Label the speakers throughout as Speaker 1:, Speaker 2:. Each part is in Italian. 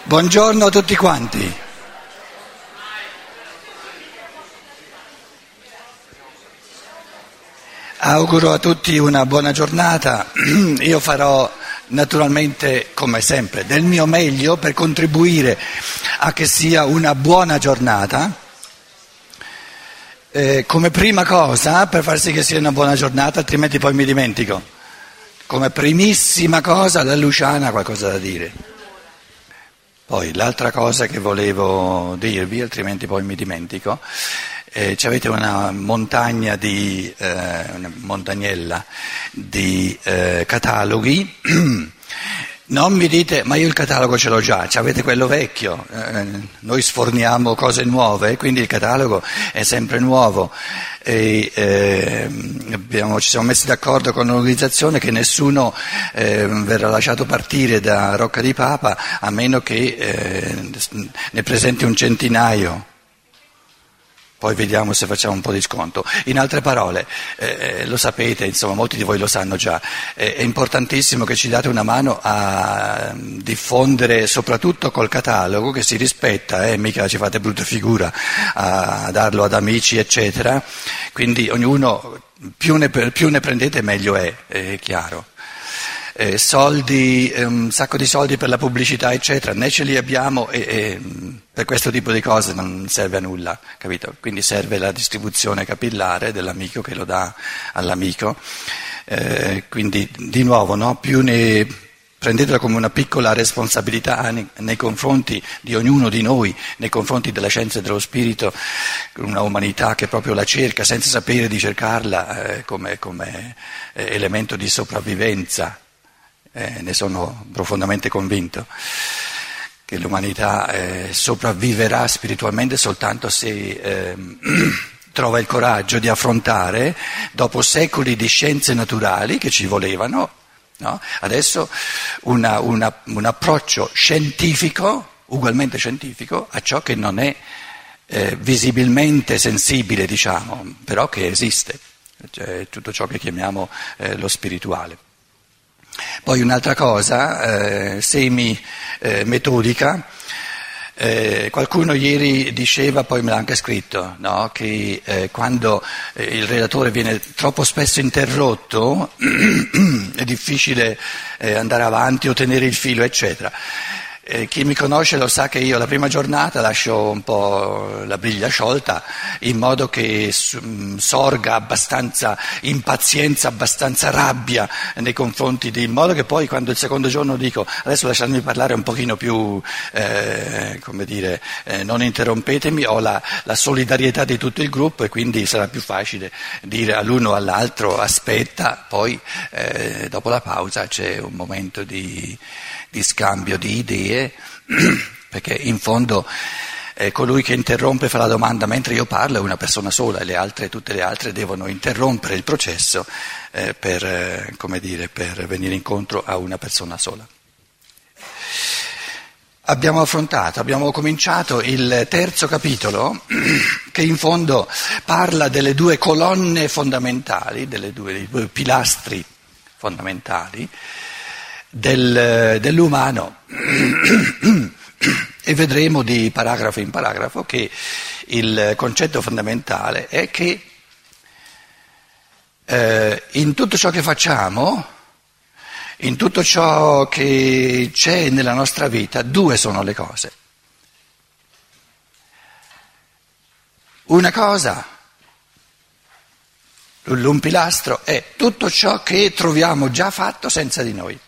Speaker 1: Buongiorno a tutti quanti. Auguro a tutti una buona giornata. Io farò naturalmente, come sempre, del mio meglio per contribuire a che sia una buona giornata. Come prima cosa, per far sì che sia una buona giornata, altrimenti poi mi dimentico. Come primissima cosa, la Luciana ha qualcosa da dire. Poi l'altra cosa che volevo dirvi, altrimenti poi mi dimentico, avete una montagna una montagnella di cataloghi. Non mi dite, ma io il catalogo ce l'ho già, avete quello vecchio, noi sforniamo cose nuove, quindi il catalogo è sempre nuovo. Ci siamo messi d'accordo con l'organizzazione che nessuno verrà lasciato partire da Rocca di Papa a meno che ne presenti un centinaio. Poi vediamo se facciamo un po' di sconto. In altre parole, lo sapete, insomma, molti di voi lo sanno già, è importantissimo che ci date una mano a diffondere, soprattutto col catalogo, che si rispetta, mica ci fate brutta figura a darlo ad amici, eccetera. Quindi ognuno, più ne prendete meglio è chiaro. Soldi, un sacco di soldi per la pubblicità, eccetera, né ce li abbiamo e per questo tipo di cose non serve a nulla, capito? Quindi serve la distribuzione capillare dell'amico che lo dà all'amico, quindi di nuovo, no? Più ne prendetela come una piccola responsabilità nei confronti di ognuno di noi, nei confronti della scienza e dello spirito, una umanità che proprio la cerca senza sapere di cercarla come elemento di sopravvivenza. Ne sono profondamente convinto che l'umanità sopravviverà spiritualmente soltanto se trova il coraggio di affrontare, dopo secoli di scienze naturali che ci volevano, no? Adesso un approccio scientifico, ugualmente scientifico, a ciò che non è visibilmente sensibile, diciamo, però che esiste, cioè tutto ciò che chiamiamo lo spirituale. Poi un'altra cosa, semi-metodica, qualcuno ieri diceva, poi me l'ha anche scritto, no? Che quando il relatore viene troppo spesso interrotto è difficile andare avanti o tenere il filo, eccetera. Chi mi conosce lo sa che io la prima giornata lascio un po' la briglia sciolta in modo che sorga abbastanza impazienza, abbastanza rabbia nei confronti in modo che poi quando il secondo giorno dico adesso lasciatemi parlare un pochino più, non interrompetemi, ho la solidarietà di tutto il gruppo e quindi sarà più facile dire all'uno o all'altro aspetta, poi dopo la pausa c'è un momento di scambio di idee, perché in fondo colui che interrompe fa la domanda mentre io parlo è una persona sola e tutte le altre devono interrompere il processo per venire incontro a una persona sola. Abbiamo cominciato il terzo capitolo che in fondo parla delle due colonne fondamentali, dei due pilastri fondamentali dell'umano e vedremo di paragrafo in paragrafo che il concetto fondamentale è che in tutto ciò che facciamo, in tutto ciò che c'è nella nostra vita, due sono le cose. Una cosa, un pilastro, è tutto ciò che troviamo già fatto senza di noi.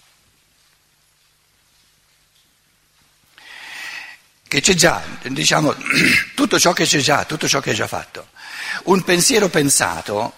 Speaker 1: Che c'è già, diciamo, tutto ciò che c'è già, tutto ciò che è già fatto. Un pensiero pensato,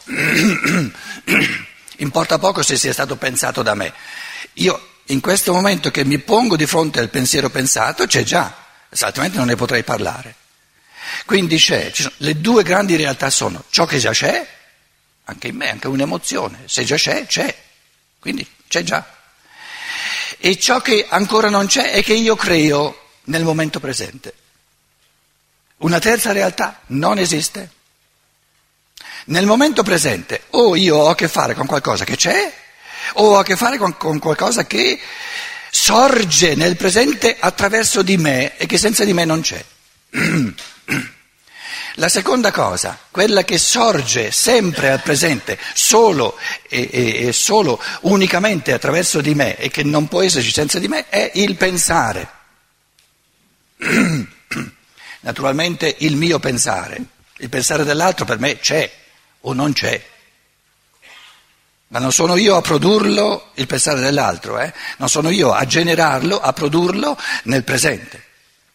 Speaker 1: importa poco se sia stato pensato da me. Io in questo momento che mi pongo di fronte al pensiero pensato c'è già, altrimenti non ne potrei parlare. Quindi le due grandi realtà sono ciò che già c'è, anche in me, anche un'emozione, se già c'è, quindi c'è già. E ciò che ancora non c'è è che io creo nel momento presente. Una terza realtà non esiste. Nel momento presente o io ho a che fare con qualcosa che c'è o ho a che fare con qualcosa che sorge nel presente attraverso di me e che senza di me non c'è. La seconda cosa, quella che sorge sempre al presente, solo e solo unicamente attraverso di me e che non può esserci senza di me, è il pensare. Naturalmente il mio pensare, il pensare dell'altro per me c'è o non c'è, ma non sono io a produrlo il pensare dell'altro, non sono io a generarlo, a produrlo nel presente.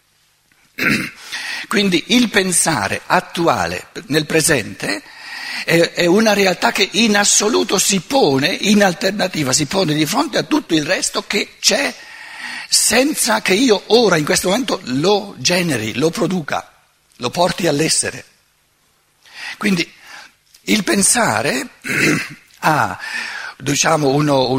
Speaker 1: Quindi il pensare attuale nel presente è una realtà che in assoluto si pone, in alternativa, si pone di fronte a tutto il resto che c'è senza che io ora in questo momento lo generi, lo produca, lo porti all'essere. Quindi il pensare ha, diciamo,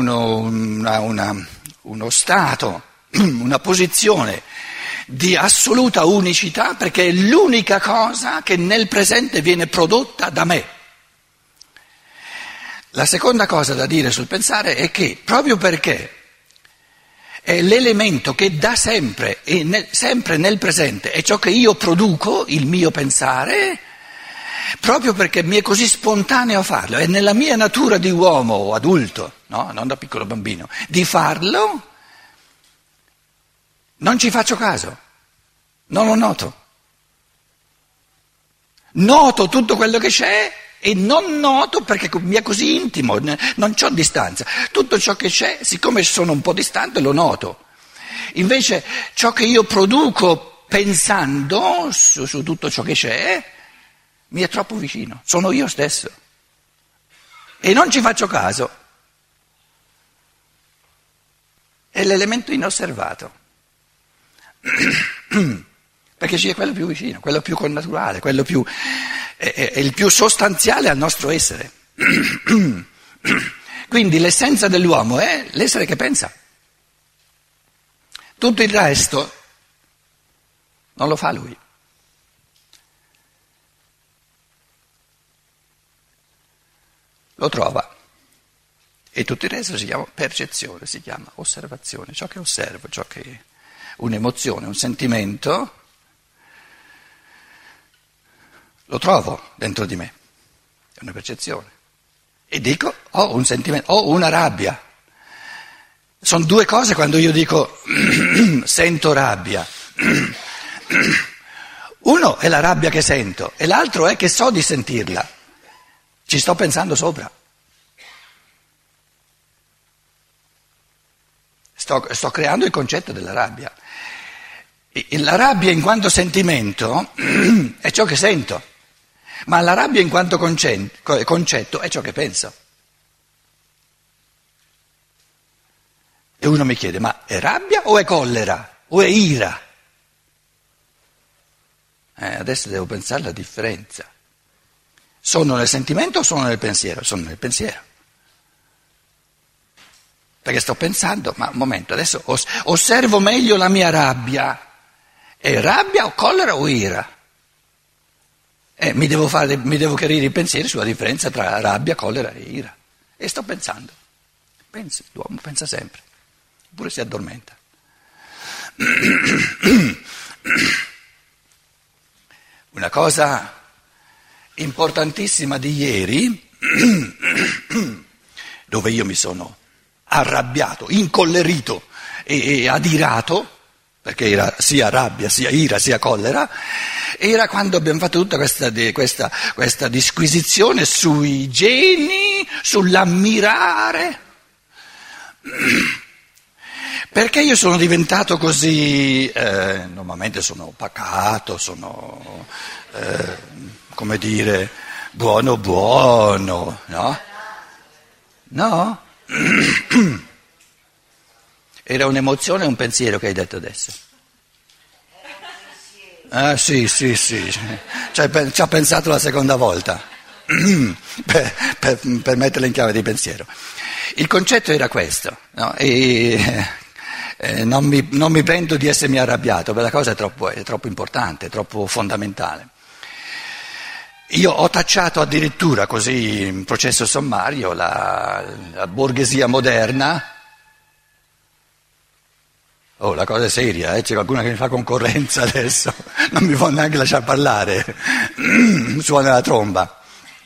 Speaker 1: uno stato, una posizione di assoluta unicità perché è l'unica cosa che nel presente viene prodotta da me. La seconda cosa da dire sul pensare è che proprio perché è l'elemento che da sempre e sempre nel presente è ciò che io produco, il mio pensare, proprio perché mi è così spontaneo farlo, è nella mia natura di uomo o adulto, no? Non da piccolo bambino, di farlo. Non ci faccio caso, non lo noto. Noto tutto quello che c'è e non noto perché mi è così intimo, non c'ho distanza. Tutto ciò che c'è, siccome sono un po' distante, lo noto. Invece ciò che io produco pensando su tutto ciò che c'è, mi è troppo vicino, sono io stesso. E non ci faccio caso. È l'elemento inosservato. Perché ci è quello più vicino, quello più connaturale, quello più è il più sostanziale al nostro essere. Quindi l'essenza dell'uomo è l'essere che pensa. Tutto il resto non lo fa lui. Lo trova. E tutto il resto si chiama percezione, si chiama osservazione, ciò che osservo, ciò che un'emozione, un sentimento, lo trovo dentro di me, è una percezione. E dico, ho un sentimento, ho una rabbia. Sono due cose quando io dico sento rabbia. Uno è la rabbia che sento e l'altro è che so di sentirla, ci sto pensando sopra. Sto creando il concetto della rabbia. E la rabbia in quanto sentimento è ciò che sento, ma la rabbia in quanto concetto è ciò che penso. E uno mi chiede, ma è rabbia o è collera o è ira? Adesso devo pensare alla differenza. Sono nel sentimento o sono nel pensiero? Sono nel pensiero. Perché sto pensando, ma un momento, adesso osservo meglio la mia rabbia. È rabbia o collera o ira? Mi devo chiarire i pensieri sulla differenza tra rabbia, collera e ira. E sto pensando. L'uomo pensa sempre, oppure si addormenta. Una cosa importantissima di ieri, dove io mi sono arrabbiato, incollerito e adirato, perché era sia rabbia, sia ira, sia collera, era quando abbiamo fatto tutta questa disquisizione sui geni, sull'ammirare. Perché io sono diventato così, normalmente sono pacato, sono, come dire, buono, no? No? Era un'emozione o un pensiero che hai detto adesso? Ah, sì. Ci ha pensato la seconda volta per metterla in chiave di pensiero. Il concetto era questo, no? Non mi pento di essermi arrabbiato, perché la cosa è troppo importante, è troppo fondamentale. Io ho tacciato addirittura così in processo sommario la borghesia moderna Oh, la cosa è seria, c'è qualcuno che mi fa concorrenza adesso, non mi può neanche lasciare parlare, suona la tromba.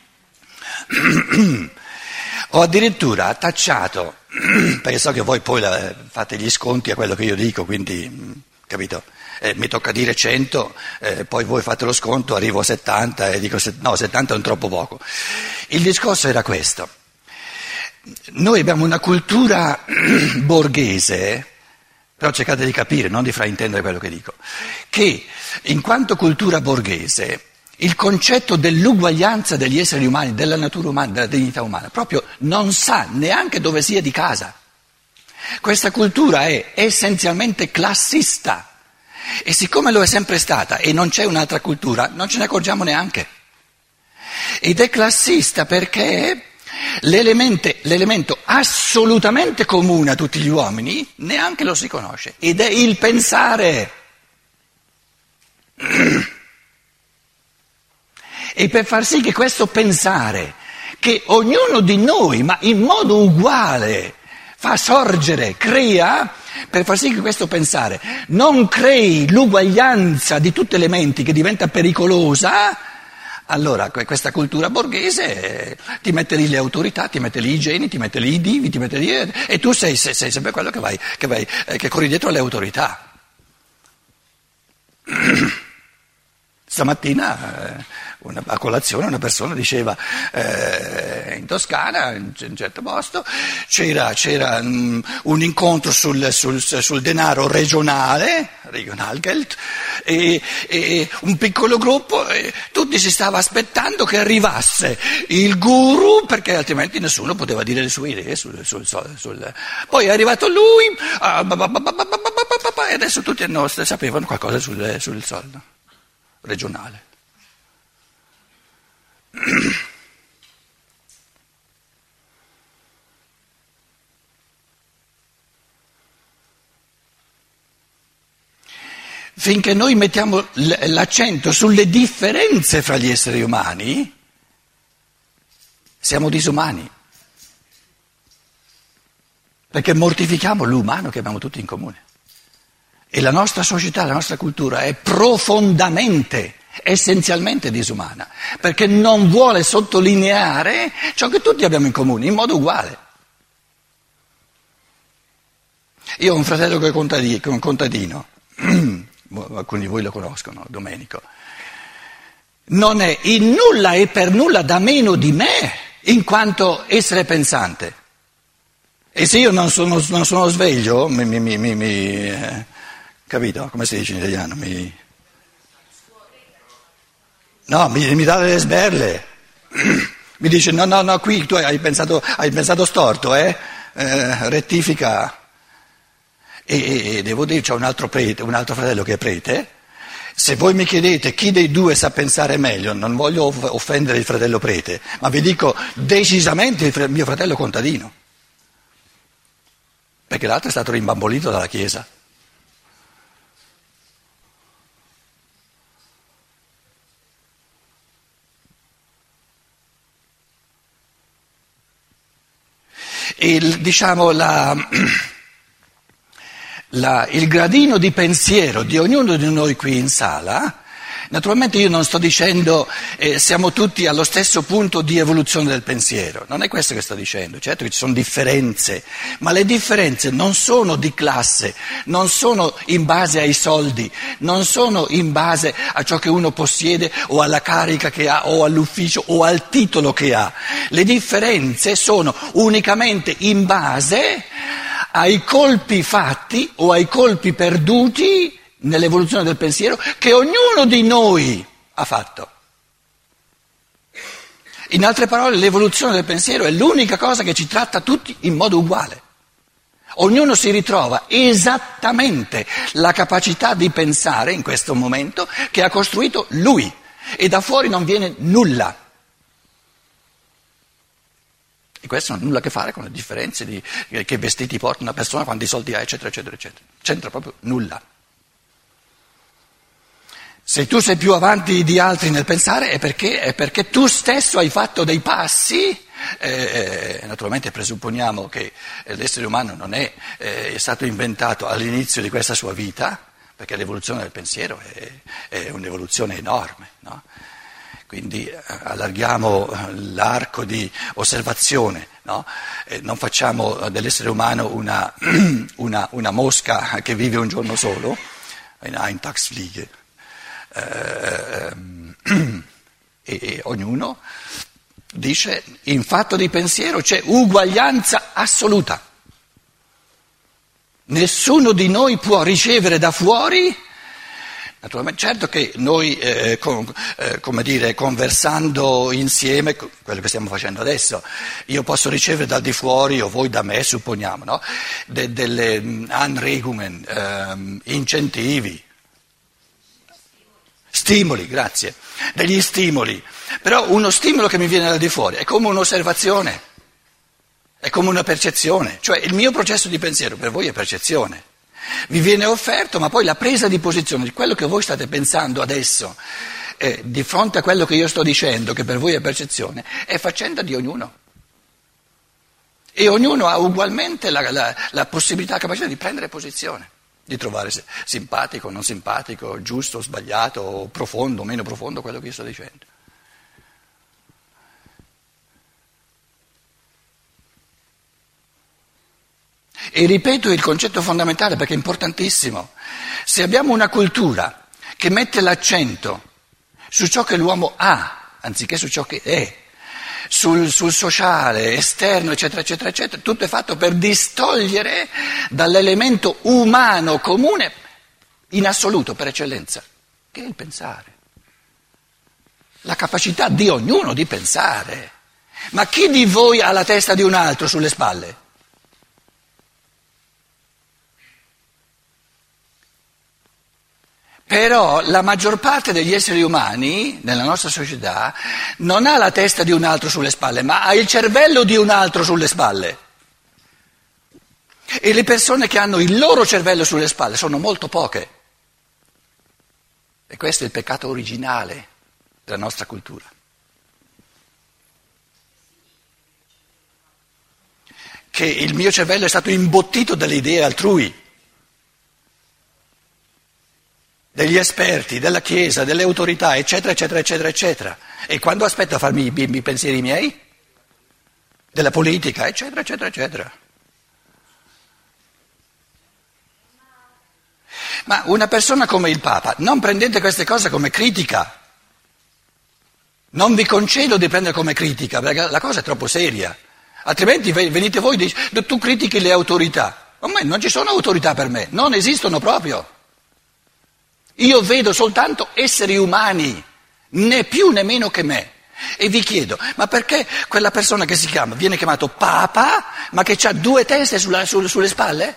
Speaker 1: Ho addirittura tacciato, perché so che voi poi fate gli sconti a quello che io dico, quindi, capito? Mi tocca dire 100, poi voi fate lo sconto, arrivo a 70 e dico no, 70 è un troppo poco. Il discorso era questo. Noi abbiamo una cultura borghese, però cercate di capire, non di fraintendere quello che dico, che in quanto cultura borghese il concetto dell'uguaglianza degli esseri umani, della natura umana, della dignità umana, proprio non sa neanche dove sia di casa. Questa cultura è essenzialmente classista e siccome lo è sempre stata e non c'è un'altra cultura, non ce ne accorgiamo neanche. Ed è classista perché l'elemento assolutamente comune a tutti gli uomini neanche lo si conosce ed è il pensare. E per far sì che questo pensare, che ognuno di noi, ma in modo uguale, fa sorgere, crea, per far sì che questo pensare non crei l'uguaglianza di tutti gli elementi che diventa pericolosa, allora questa cultura borghese ti mette lì le autorità, ti mette lì i geni, ti mette lì i divi, ti mette lì, e tu sei sempre quello che corri dietro alle autorità. Stamattina a colazione una persona diceva in Toscana, in un certo posto, c'era un incontro sul denaro regionale, Regionalgeld, e un piccolo gruppo, tutti si stava aspettando che arrivasse il guru perché altrimenti nessuno poteva dire le sue idee Poi è arrivato lui e adesso tutti sapevano qualcosa sul soldo regionale. Finché noi mettiamo l'accento sulle differenze fra gli esseri umani, siamo disumani, perché mortifichiamo l'umano che abbiamo tutti in comune. E la nostra società, la nostra cultura è profondamente, essenzialmente disumana, perché non vuole sottolineare ciò che tutti abbiamo in comune, in modo uguale. Io ho un fratello che è un contadino, alcuni di voi lo conoscono, Domenico. Non è in nulla e per nulla da meno di me, in quanto essere pensante. E se io non sono sveglio, capito? Come si dice in italiano? Mi dà delle sberle. Mi dice no, qui tu hai pensato storto, rettifica. E devo dire, c'è un altro fratello che è prete. Se voi mi chiedete chi dei due sa pensare meglio, non voglio offendere il fratello prete, ma vi dico decisamente il mio fratello contadino, perché l'altro è stato rimbambolito dalla Chiesa. E diciamo il gradino di pensiero di ognuno di noi qui in sala, naturalmente io non sto dicendo siamo tutti allo stesso punto di evoluzione del pensiero, non è questo che sto dicendo, certo che ci sono differenze, ma le differenze non sono di classe, non sono in base ai soldi, non sono in base a ciò che uno possiede o alla carica che ha o all'ufficio o al titolo che ha, le differenze sono unicamente in base ai colpi fatti o ai colpi perduti nell'evoluzione del pensiero che ognuno di noi ha fatto. In altre parole, l'evoluzione del pensiero è l'unica cosa che ci tratta tutti in modo uguale. Ognuno si ritrova esattamente la capacità di pensare in questo momento che ha costruito lui e da fuori non viene nulla. E questo non ha nulla a che fare con le differenze di che vestiti porta una persona, quanti soldi ha, eccetera, eccetera, eccetera. C'entra proprio nulla. Se tu sei più avanti di altri nel pensare è perché tu stesso hai fatto dei passi naturalmente presupponiamo che l'essere umano non è stato inventato all'inizio di questa sua vita, perché l'evoluzione del pensiero è un'evoluzione enorme, no? Quindi allarghiamo l'arco di osservazione, no? Non facciamo dell'essere umano una mosca che vive un giorno solo, in Eintagsfliege, e ognuno dice in fatto di pensiero c'è uguaglianza assoluta. Nessuno di noi può ricevere da fuori. Naturalmente, certo che noi, come dire, conversando insieme, quello che stiamo facendo adesso, io posso ricevere dal di fuori o voi da me, supponiamo, no? Delle Anregungen, incentivi, stimoli, grazie, degli stimoli. Però uno stimolo che mi viene dal di fuori è come un'osservazione, è come una percezione, cioè il mio processo di pensiero per voi è percezione. Vi viene offerto, ma poi la presa di posizione di quello che voi state pensando adesso, di fronte a quello che io sto dicendo, che per voi è percezione, è faccenda di ognuno. E ognuno ha ugualmente la possibilità, la capacità di prendere posizione, di trovare simpatico, non simpatico, giusto, sbagliato, profondo, meno profondo quello che io sto dicendo. E ripeto il concetto fondamentale perché è importantissimo. Se abbiamo una cultura che mette l'accento su ciò che l'uomo ha, anziché su ciò che è, sul sociale, esterno, eccetera, eccetera, eccetera, tutto è fatto per distogliere dall'elemento umano comune in assoluto, per eccellenza, che è il pensare. La capacità di ognuno di pensare. Ma chi di voi ha la testa di un altro sulle spalle? Però la maggior parte degli esseri umani nella nostra società non ha la testa di un altro sulle spalle, ma ha il cervello di un altro sulle spalle. E le persone che hanno il loro cervello sulle spalle sono molto poche. E questo è il peccato originale della nostra cultura. Che il mio cervello è stato imbottito dalle idee altrui. Degli esperti, della Chiesa, delle autorità, eccetera, eccetera, eccetera, eccetera. E quando aspetto a farmi i pensieri miei? Della politica, eccetera, eccetera, eccetera. Ma una persona come il Papa, non prendete queste cose come critica. Non vi concedo di prendere come critica, perché la cosa è troppo seria. Altrimenti venite voi e dite, tu critichi le autorità. Ma non ci sono autorità per me, non esistono proprio. Io vedo soltanto esseri umani, né più né meno che me. E vi chiedo, ma perché quella persona che si chiama, viene chiamato Papa, ma che ha due teste sulle spalle?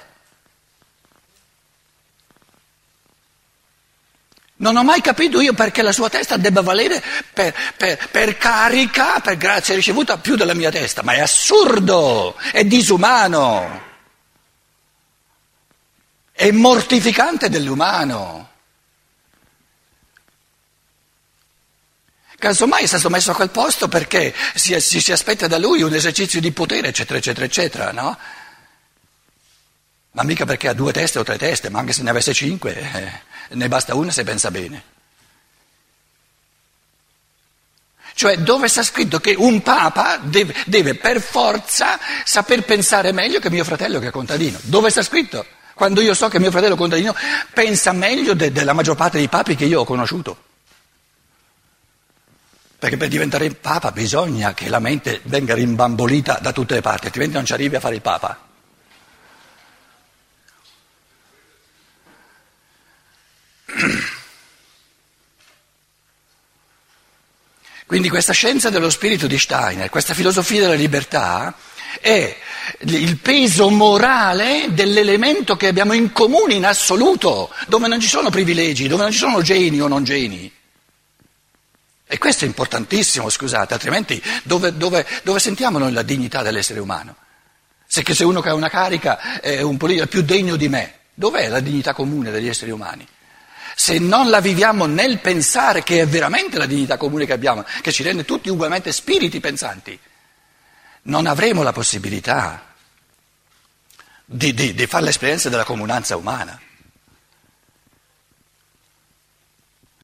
Speaker 1: Non ho mai capito io perché la sua testa debba valere per carica, per grazia ricevuta più della mia testa. Ma è assurdo, è disumano, è mortificante dell'umano. Casomai è stato messo a quel posto perché si aspetta da lui un esercizio di potere, eccetera, eccetera, eccetera, no? Ma mica perché ha due teste o tre teste, ma anche se ne avesse cinque, ne basta una se pensa bene. Cioè, dove sta scritto che un papa deve per forza saper pensare meglio che mio fratello che è contadino? Dove sta scritto? Quando io so che mio fratello contadino pensa meglio della maggior parte dei papi che io ho conosciuto. Perché per diventare papa bisogna che la mente venga rimbambolita da tutte le parti, altrimenti non ci arrivi a fare il papa. Quindi questa scienza dello spirito di Steiner, questa filosofia della libertà, è il peso morale dell'elemento che abbiamo in comune in assoluto, dove non ci sono privilegi, dove non ci sono geni o non geni. E questo è importantissimo, scusate, altrimenti dove sentiamo noi la dignità dell'essere umano? Se uno che ha una carica è un politico più degno di me, dov'è la dignità comune degli esseri umani? Se non la viviamo nel pensare, che è veramente la dignità comune che abbiamo, che ci rende tutti ugualmente spiriti pensanti, non avremo la possibilità di fare l'esperienza della comunanza umana.